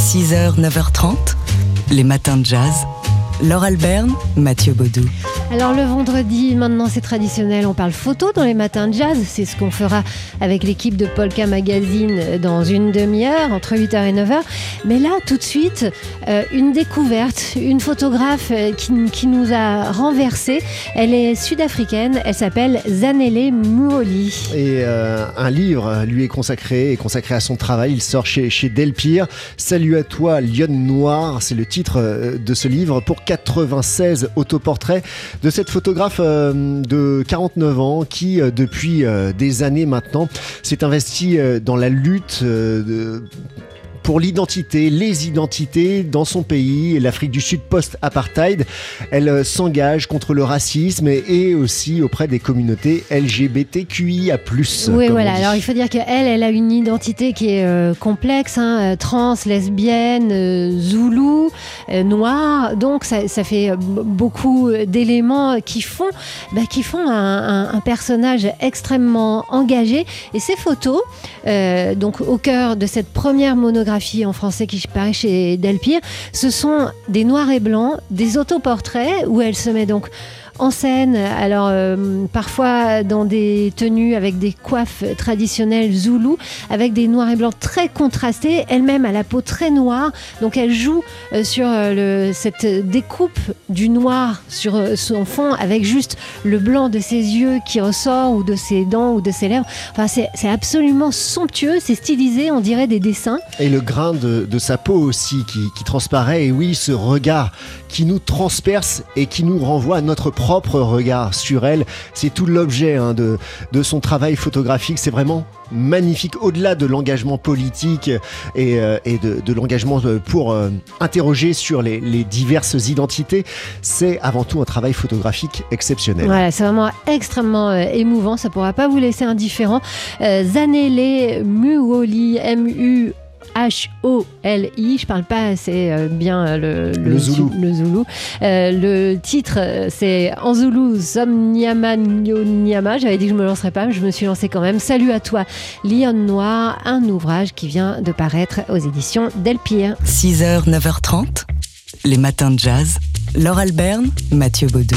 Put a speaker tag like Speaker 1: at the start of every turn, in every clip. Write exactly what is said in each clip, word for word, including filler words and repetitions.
Speaker 1: six heures, neuf heures trente, les matins de jazz. Laure Alberne, Mathieu Baudou.
Speaker 2: Alors le vendredi, maintenant c'est traditionnel, on parle photo dans les matins de jazz. C'est ce qu'on fera avec l'équipe de Polka Magazine dans une demi-heure, entre huit heures et neuf heures. Mais là, tout de suite, euh, une découverte, une photographe qui, qui nous a renversé. Elle est sud-africaine, elle s'appelle Zanele Muholi.
Speaker 3: Et euh, un livre lui est consacré, est consacré à son travail. Il sort chez, chez Delpire. Salut à toi, Lionne Noire, c'est le titre de ce livre pour quatre-vingt-seize autoportraits de cette photographe euh, de quarante-neuf ans qui, euh, depuis euh, des années maintenant, s'est investie euh, dans la lutte euh, de... pour l'identité, les identités dans son pays, l'Afrique du Sud post-apartheid. Elle euh, s'engage contre le racisme et, et aussi auprès des communautés L G B T Q I A plus.
Speaker 2: Oui, voilà. Alors il faut dire qu'elle, elle a une identité qui est euh, complexe, hein, trans, lesbienne, euh, zoulou, euh, noire. Donc ça, ça fait beaucoup d'éléments qui font, bah, qui font un, un, un personnage extrêmement engagé. Et ces photos, euh, donc au cœur de cette première monographie en français qui paraît chez Delpire, ce sont des noirs et blancs, des autoportraits où elle se met donc en scène, alors euh, parfois dans des tenues avec des coiffes traditionnelles zoulou, avec des noirs et blancs très contrastés, elle-même à la peau très noire, donc elle joue euh, sur euh, le, cette découpe du noir sur euh, son fond avec juste le blanc de ses yeux qui ressort ou de ses dents ou de ses lèvres. Enfin, c'est, c'est absolument somptueux, c'est stylisé, on dirait des dessins.
Speaker 3: Et le grain de, de sa peau aussi qui, qui transparaît, et oui, ce regard qui nous transperce et qui nous renvoie à notre propre propre regard sur elle. C'est tout l'objet hein, de, de son travail photographique. C'est vraiment magnifique, au-delà de l'engagement politique et, euh, et de, de l'engagement pour euh, interroger sur les, les diverses identités. C'est avant tout un travail photographique exceptionnel.
Speaker 2: Voilà, c'est vraiment extrêmement euh, émouvant. Ça ne pourra pas vous laisser indifférent. Euh, Zanele Muholi, M U H O L I, je parle pas assez bien le, le,
Speaker 3: le zoulou.
Speaker 2: Le, zoulou. Euh, le titre, c'est en zoulou, Somnyama Nyonyama. J'avais dit que je me lancerais pas, mais je me suis lancée quand même. Salut à toi, Lionne Noire, un ouvrage qui vient de paraître aux éditions Delpire.
Speaker 1: six heures, neuf heures trente, les matins de jazz. Laure Alberne, Mathieu Baudou.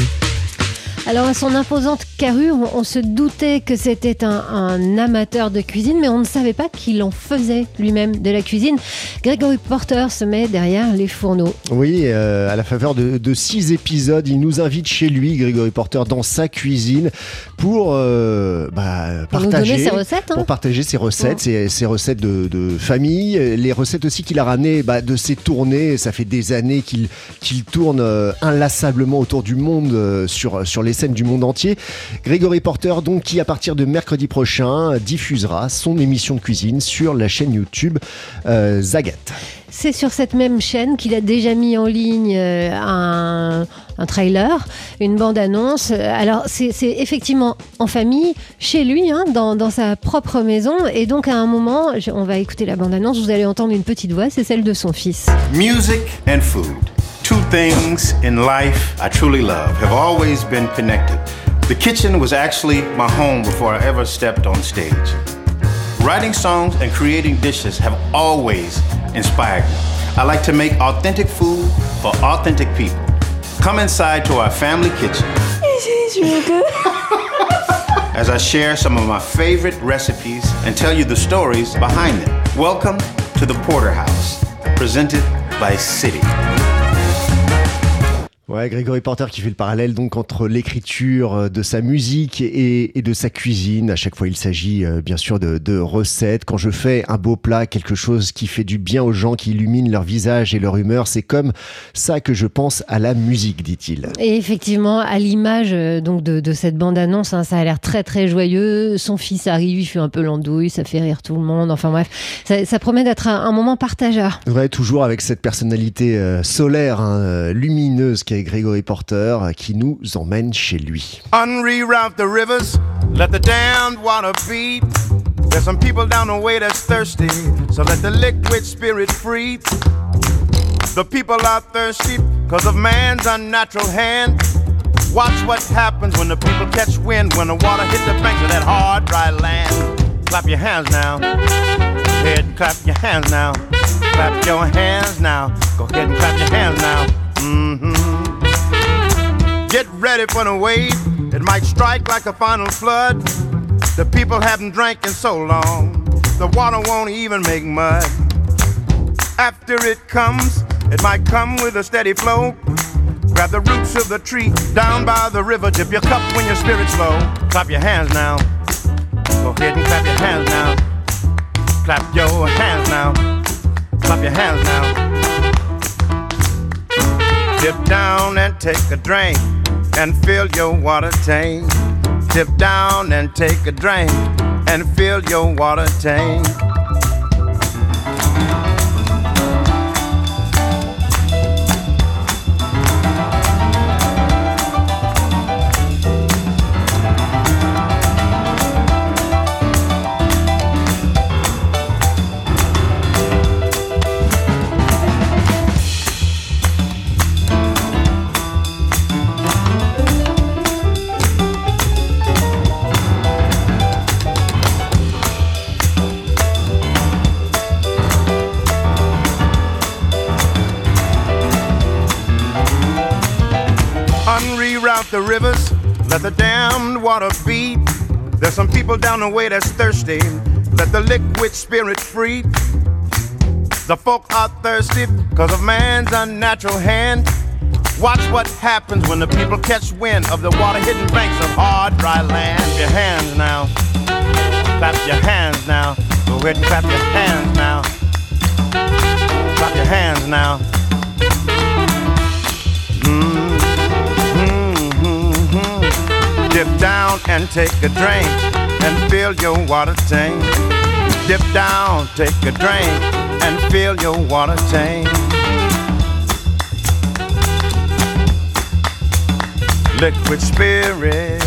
Speaker 2: Alors à son imposante carrure, on, on se doutait que c'était un, un amateur de cuisine, mais on ne savait pas qu'il en faisait lui-même de la cuisine. Gregory Porter se met derrière les fourneaux.
Speaker 3: Oui, euh, à la faveur de, de six épisodes, il nous invite chez lui, Gregory Porter, dans sa cuisine pour, euh, bah,
Speaker 2: pour
Speaker 3: partager,
Speaker 2: nous donner ses recettes, hein.
Speaker 3: pour partager ses recettes, oh. ses, ses recettes de, de famille, les recettes aussi qu'il a ramenées bah, de ses tournées. Ça fait des années qu'il, qu'il tourne euh, inlassablement autour du monde euh, sur, sur les scènes du monde entier. Gregory Porter, donc, qui à partir de mercredi prochain diffusera son émission de cuisine sur la chaîne YouTube euh, Zagat.
Speaker 2: C'est sur cette même chaîne qu'il a déjà mis en ligne euh, un, un trailer, une bande-annonce. Alors c'est, c'est effectivement en famille, chez lui, hein, dans, dans sa propre maison. Et donc à un moment, on va écouter la bande-annonce, vous allez entendre une petite voix, c'est celle de son fils.
Speaker 4: Music and food. Two things in life I truly love have always been connected. The kitchen was actually my home before I ever stepped on stage. Writing songs and creating dishes have always inspired me. I like to make authentic food for authentic people. Come inside to our family kitchen.
Speaker 5: This is really good.
Speaker 4: As I share some of my favorite recipes and tell you the stories behind them. Welcome to the Porterhouse, presented by City.
Speaker 3: Ouais, Gregory Porter qui fait le parallèle donc entre l'écriture de sa musique et, et de sa cuisine. À chaque fois, il s'agit euh, bien sûr de, de recettes. Quand je fais un beau plat, quelque chose qui fait du bien aux gens, qui illumine leur visage et leur humeur, c'est comme ça que je pense à la musique, dit-il.
Speaker 2: Et effectivement, à l'image euh, donc de, de cette bande-annonce, hein, ça a l'air très très joyeux. Son fils arrive, il fait un peu l'andouille, ça fait rire tout le monde. Enfin bref, ça, ça promet d'être un, un moment partageur.
Speaker 3: Ouais, toujours avec cette personnalité euh, solaire, hein, lumineuse qui est Gregory Porter qui nous emmène chez lui.
Speaker 4: Unreroute the rivers, let the damned water beat. There's some people down the way that's thirsty, so let the liquid spirit free. The people are thirsty because of man's unnatural hand. Watch what happens when the people catch wind, when the water hits the banks of that hard, dry land. Clap your hands now. Head and clap your hands now. Clap your hands now. Go ahead and clap your hands now. Mm-hmm. Get ready for the wave. It might strike like a final flood. The people haven't drank in so long. The water won't even make mud. After it comes, it might come with a steady flow. Grab the roots of the tree down by the river. Dip your cup when your spirit's low. Clap your hands now. Go ahead and clap your hands now. Clap your hands now. Clap your hands now. Dip down and take a drink and fill your water tank. Dip down and take a drink and fill your water tank. The rivers, let the damned water beat. There's some people down the way that's thirsty. Let the liquid spirit free. The folk are thirsty because of man's unnatural hand. Watch what happens when the people catch wind of the water-hidden banks of hard, dry land. Clap your hands now. Clap your hands now. Go ahead and clap your hands now. Clap your hands now. Mm. Dip down and take a drink and fill your water tank. Dip down, take a drink and fill your water tank. Liquid spirit.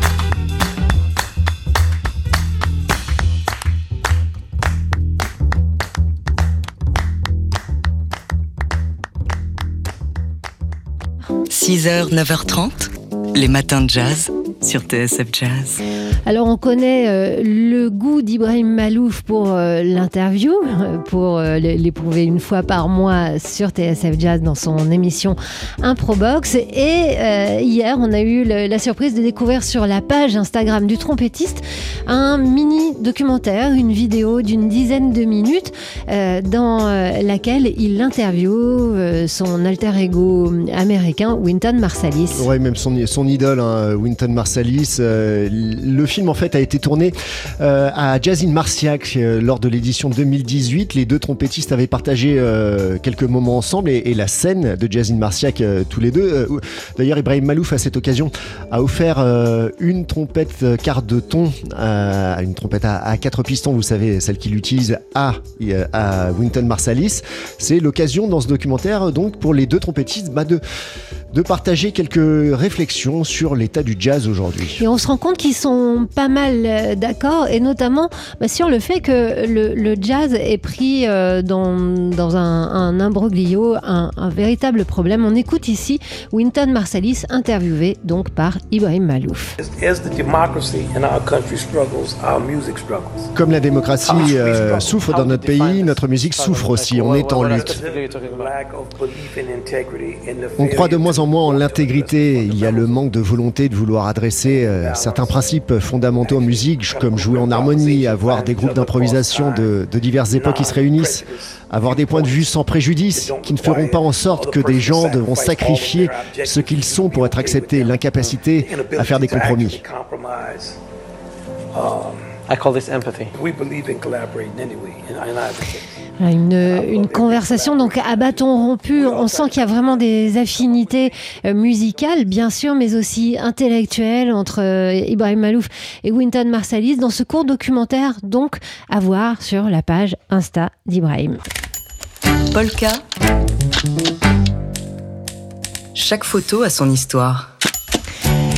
Speaker 1: six heures, neuf heures trente, les matins de jazz sur T S F Jazz.
Speaker 2: Alors on connaît euh, le goût d'Ibrahim Malouf pour euh, l'interview, pour euh, l'éprouver une fois par mois sur T S F Jazz dans son émission Improbox. Et euh, hier on a eu le, la surprise de découvrir sur la page Instagram du trompettiste un mini documentaire, une vidéo d'une dizaine de minutes euh, dans euh, laquelle il interviewe euh, son alter ego américain Wynton Marsalis.
Speaker 3: Ouais, même son, son idole, hein, Wynton Marsalis. Euh, le film en fait a été tourné euh, à Jazz in Marciac euh, lors de l'édition deux mille dix-huit. Les deux trompettistes avaient partagé euh, quelques moments ensemble et, et la scène de Jazz in Marciac euh, tous les deux. Euh, d'ailleurs, Ibrahim Malouf à cette occasion a offert euh, une trompette quart de ton, euh, une trompette à, à quatre pistons, vous savez, celle qu'il utilise à, à Wynton Marsalis. C'est l'occasion dans ce documentaire donc pour les deux trompettistes bah, de de partager quelques réflexions sur l'état du jazz aujourd'hui.
Speaker 2: Et on se rend compte qu'ils sont pas mal d'accord, et notamment bah, sur le fait que le, le jazz est pris euh, dans, dans un, un imbroglio, un, un véritable problème. On écoute ici Wynton Marsalis interviewé donc par Ibrahim Malouf.
Speaker 3: Comme la démocratie euh, souffre dans notre pays, notre musique souffre aussi. On est en lutte. On croit de moins en moins en l'intégrité. Il y a le manque de volonté de vouloir adresser euh, certains principes fondamentaux en musique, comme jouer en harmonie, avoir des groupes d'improvisation de, de diverses époques qui se réunissent, avoir des points de vue sans préjudice, qui ne feront pas en sorte que des gens devront sacrifier ce qu'ils sont pour être acceptés, l'incapacité à faire des compromis.
Speaker 6: I call this empathy.
Speaker 2: Une, une conversation donc à bâton rompu. On sent qu'il y a vraiment des affinités musicales, bien sûr, mais aussi intellectuelles entre Ibrahim Malouf et Wynton Marsalis dans ce court documentaire, donc à voir sur la page Insta d'Ibrahim.
Speaker 1: Polka. Chaque photo a son histoire.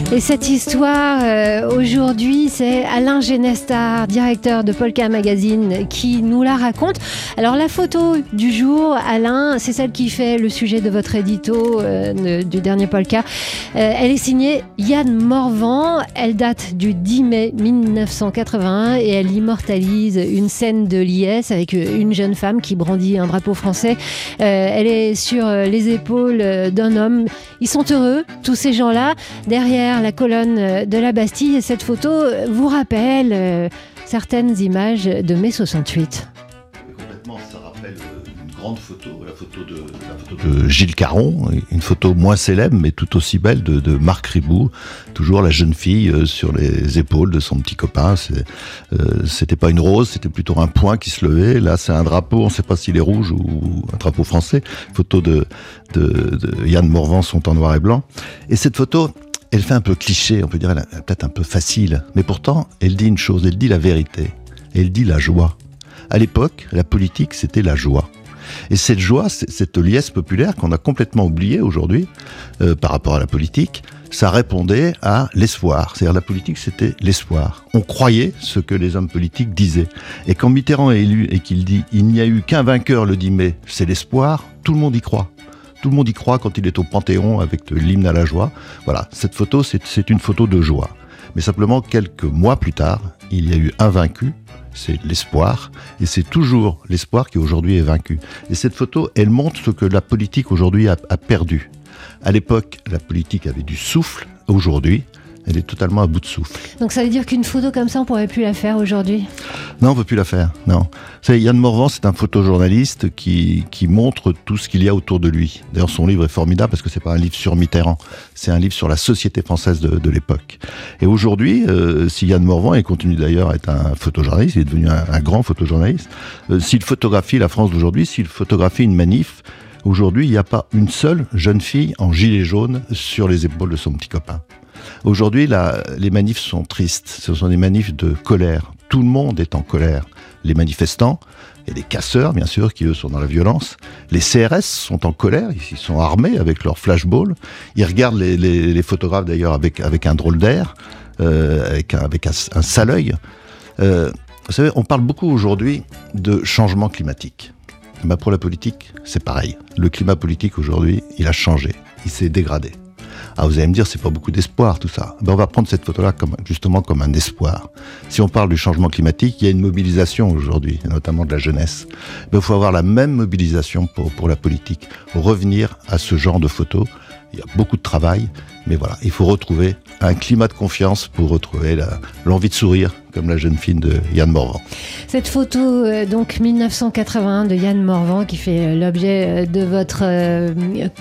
Speaker 2: Et cette histoire, euh, aujourd'hui, c'est Alain Genestar, directeur de Polka Magazine, qui nous la raconte. Alors, la photo du jour, Alain, c'est celle qui fait le sujet de votre édito euh, de, du dernier Polka. Euh, elle est signée Yann Morvan. Elle date du dix mai mille neuf cent quatre-vingt-un et elle immortalise une scène de l'I S avec une jeune femme qui brandit un drapeau français. Euh, elle est sur les épaules d'un homme. Ils sont heureux, tous ces gens-là. Derrière la colonne de la Bastille, et cette photo vous rappelle euh, certaines images de mai soixante-huit.
Speaker 6: Complètement, ça rappelle une grande photo, la photo de, la photo de Gilles Caron, une photo moins célèbre mais tout aussi belle de, de Marc Ribot, toujours la jeune fille euh, sur les épaules de son petit copain. C'est, euh, c'était pas une rose, c'était plutôt un poing qui se levait. Là, c'est un drapeau, on ne sait pas s'il est rouge ou un drapeau français. Photo de, de, de Yann Morvan sont en noir et blanc. Et cette photo, elle fait un peu cliché, on peut dire, elle est peut-être un peu facile, mais pourtant, elle dit une chose, elle dit la vérité, elle dit la joie. À l'époque, la politique, c'était la joie. Et cette joie, cette liesse populaire qu'on a complètement oubliée aujourd'hui euh, par rapport à la politique, ça répondait à l'espoir. C'est-à-dire la politique, c'était l'espoir. On croyait ce que les hommes politiques disaient. Et quand Mitterrand est élu et qu'il dit « il n'y a eu qu'un vainqueur le dix mai, c'est l'espoir », tout le monde y croit. Tout le monde y croit quand il est au Panthéon avec l'hymne à la joie. Voilà, cette photo, c'est, c'est une photo de joie. Mais simplement, quelques mois plus tard, il y a eu un vaincu, c'est l'espoir, et c'est toujours l'espoir qui aujourd'hui est vaincu. Et cette photo, elle montre ce que la politique aujourd'hui a, a perdu. À l'époque, la politique avait du souffle. Aujourd'hui, elle est totalement à bout de souffle.
Speaker 2: Donc ça veut dire qu'une photo comme ça, on ne pourrait plus la faire aujourd'hui ?
Speaker 6: Non, on ne peut plus la faire, non. C'est, Yann Morvan, c'est un photojournaliste qui, qui montre tout ce qu'il y a autour de lui. D'ailleurs, son livre est formidable parce que ce n'est pas un livre sur Mitterrand, c'est un livre sur la société française de, de l'époque. Et aujourd'hui, euh, si Yann Morvan, et continue d'ailleurs à être un photojournaliste, il est devenu un, un grand photojournaliste, euh, s'il photographie la France d'aujourd'hui, s'il photographie une manif, aujourd'hui, il n'y a pas une seule jeune fille en gilet jaune sur les épaules de son petit copain. Aujourd'hui, la, les manifs sont tristes. Ce sont des manifs de colère. Tout le monde est en colère. Les manifestants, et les casseurs, bien sûr, qui eux sont dans la violence. Les C R S sont en colère. Ils sont armés avec leur flashball. Ils regardent les, les, les photographes, d'ailleurs, avec, avec un drôle d'air, euh, avec, un, avec un, un sale œil. Euh, vous savez, on parle beaucoup aujourd'hui de changement climatique. Ben pour la politique, c'est pareil. Le climat politique, aujourd'hui, il a changé. Il s'est dégradé. Ah, vous allez me dire, c'est pas beaucoup d'espoir, tout ça. Ben, on va prendre cette photo-là comme, justement comme un espoir. Si on parle du changement climatique, il y a une mobilisation aujourd'hui, notamment de la jeunesse. Ben, il faut avoir la même mobilisation pour, pour la politique. Revenir à ce genre de photos. Il y a beaucoup de travail, mais voilà, il faut retrouver un climat de confiance pour retrouver la, l'envie de sourire, comme la jeune fille de Yann Morvan.
Speaker 2: Cette photo, euh, donc mille neuf cent quatre-vingt-un de Yann Morvan, qui fait l'objet de votre euh,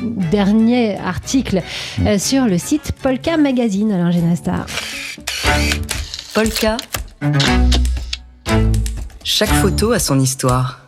Speaker 2: dernier article euh, mmh. sur le site Polka Magazine, Alain Genestar.
Speaker 1: Polka. Chaque photo a son histoire.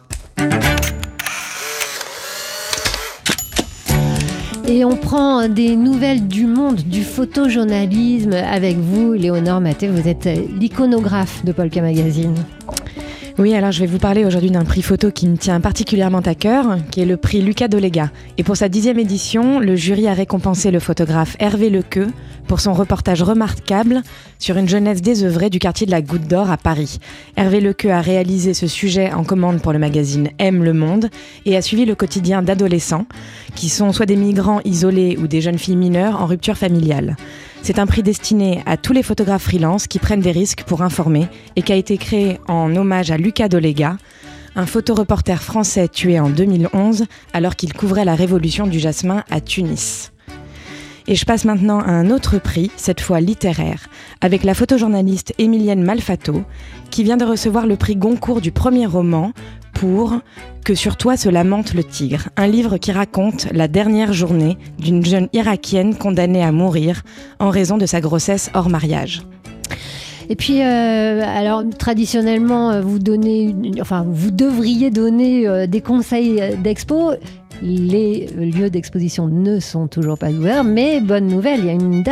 Speaker 2: Et on prend des nouvelles du monde du photojournalisme avec vous, Léonore Mathé. Vous êtes l'iconographe de Polka Magazine.
Speaker 5: Oui, alors je vais vous parler aujourd'hui d'un prix photo qui me tient particulièrement à cœur, qui est le prix Lucas Dolega. Et pour sa dixième édition, le jury a récompensé le photographe Hervé Lequeux pour son reportage remarquable sur une jeunesse désœuvrée du quartier de la Goutte d'Or à Paris. Hervé Lequeux a réalisé ce sujet en commande pour le magazine Aime le Monde et a suivi le quotidien d'adolescents qui sont soit des migrants isolés ou des jeunes filles mineures en rupture familiale. C'est un prix destiné à tous les photographes freelance qui prennent des risques pour informer et qui a été créé en hommage à Lucas Dolega, un photoreporter français tué en deux mille onze alors qu'il couvrait la révolution du jasmin à Tunis. Et je passe maintenant à un autre prix, cette fois littéraire, avec la photojournaliste Émilienne Malfato, qui vient de recevoir le prix Goncourt du premier roman pour « Que sur toi se lamente le tigre », un livre qui raconte la dernière journée d'une jeune Irakienne condamnée à mourir en raison de sa grossesse hors mariage.
Speaker 2: Et puis, euh, alors traditionnellement, vous donnez, enfin, vous devriez donner euh, des conseils d'expo. Les lieux d'exposition ne sont toujours pas ouverts, mais bonne nouvelle, il y a une date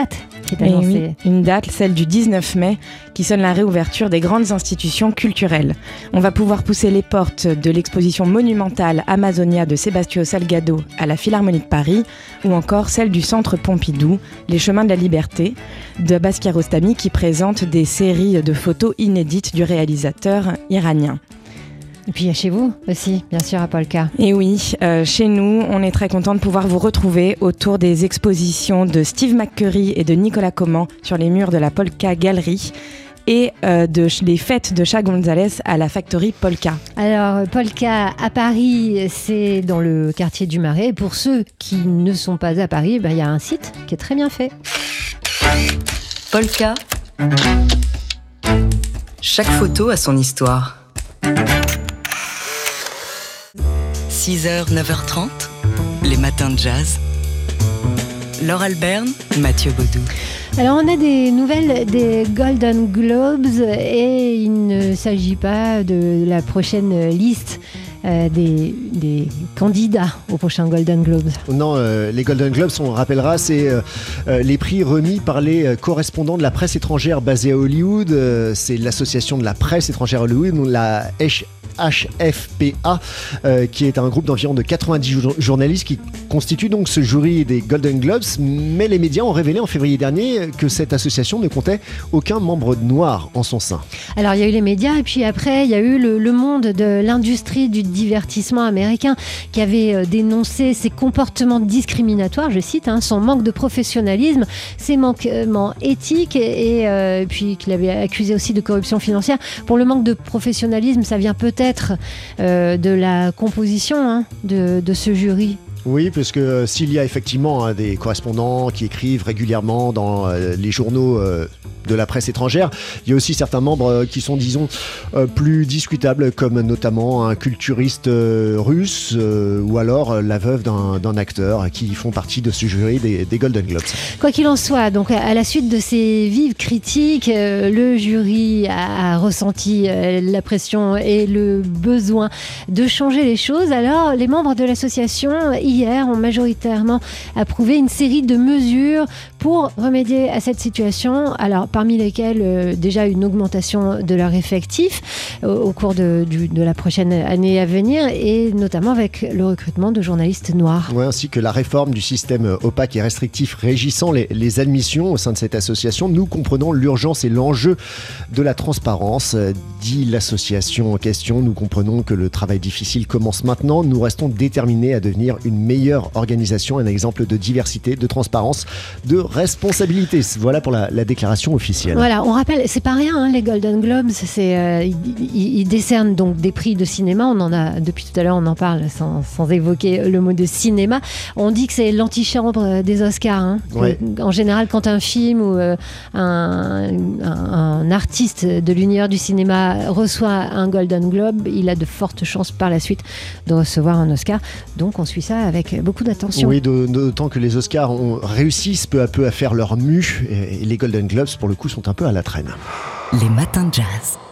Speaker 2: qui est
Speaker 5: Et
Speaker 2: annoncée.
Speaker 5: oui, une date, celle du dix-neuf mai, qui sonne la réouverture des grandes institutions culturelles. On va pouvoir pousser les portes de l'exposition monumentale Amazonia de Sébastien Salgado à la Philharmonie de Paris, ou encore celle du Centre Pompidou, Les Chemins de la Liberté, de Abbas Kiarostami, qui présente des séries de photos inédites du réalisateur iranien.
Speaker 2: Et puis il y a chez vous aussi, bien sûr, à Polka.
Speaker 5: Et oui, euh, chez nous, on est très content de pouvoir vous retrouver autour des expositions de Steve McCurry et de Nicolas Coman sur les murs de la Polka Gallery et euh, de les fêtes de Cha González à la Factory Polka.
Speaker 2: Alors, Polka à Paris, c'est dans le quartier du Marais. Et pour ceux qui ne sont pas à Paris, ben, y a un site qui est très bien fait.
Speaker 1: Polka. Chaque photo a son histoire. six heures, neuf heures trente, les matins de jazz. Laure Alberne, Mathieu Baudou.
Speaker 2: Alors, on a des nouvelles des Golden Globes et il ne s'agit pas de la prochaine liste euh, des, des candidats aux prochains Golden Globes.
Speaker 3: Non, euh, les Golden Globes, on rappellera, c'est euh, euh, les prix remis par les euh, correspondants de la presse étrangère basée à Hollywood. Euh, c'est l'association de la presse étrangère à Hollywood, la H. H F P A, euh, qui est un groupe d'environ de quatre-vingt-dix jour- journalistes qui constitue donc ce jury des Golden Globes. Mais les médias ont révélé en février dernier que cette association ne comptait aucun membre noir en son sein.
Speaker 2: Alors, il y a eu les médias et puis après, il y a eu le, le monde de l'industrie du divertissement américain qui avait euh, dénoncé ses comportements discriminatoires, je cite, hein, son manque de professionnalisme, ses manquements éthiques et, et euh, puis qu'il avait accusé aussi de corruption financière. Pour le manque de professionnalisme, ça vient peut-être Euh, de la composition hein, de, de ce jury.
Speaker 3: Oui, parce que euh, s'il y a effectivement hein, des correspondants qui écrivent régulièrement dans euh, les journaux euh, de la presse étrangère, il y a aussi certains membres euh, qui sont, disons, euh, plus discutables, comme notamment un culturiste euh, russe euh, ou alors euh, la veuve d'un, d'un acteur qui font partie de ce jury des, des Golden Globes.
Speaker 2: Quoi qu'il en soit, donc à la suite de ces vives critiques, euh, le jury a, a ressenti euh, la pression et le besoin de changer les choses. Alors, les membres de l'association, hier, ont majoritairement approuvé une série de mesures pour remédier à cette situation. Alors, parmi lesquelles euh, déjà une augmentation de leur effectif euh, au cours de, du, de la prochaine année à venir et notamment avec le recrutement de journalistes noirs.
Speaker 3: Ouais, ainsi que la réforme du système opaque et restrictif régissant les, les admissions au sein de cette association. Nous comprenons l'urgence et l'enjeu de la transparence, dit l'association en question. Nous comprenons que le travail difficile commence maintenant. Nous restons déterminés à devenir une meilleure organisation, un exemple de diversité, de transparence, de responsabilité. Voilà pour la, la déclaration officielle.
Speaker 2: Voilà, on rappelle, c'est pas rien, hein, les Golden Globes, c'est, euh, ils, ils, ils décernent donc des prix de cinéma. On en a depuis tout à l'heure, on en parle sans, sans évoquer le mot de cinéma. On dit que c'est l'antichambre des Oscars. Hein,
Speaker 3: ouais.
Speaker 2: que, en général, quand un film ou euh, un, un, un artiste de l'univers du cinéma reçoit un Golden Globe, il a de fortes chances par la suite de recevoir un Oscar. Donc on suit ça avec beaucoup d'attention.
Speaker 3: Oui, d'autant que les Oscars ont, réussissent peu à peu à faire leur mue et les Golden Globes, pour le coup, sont un peu à la traîne.
Speaker 1: Les matins de jazz.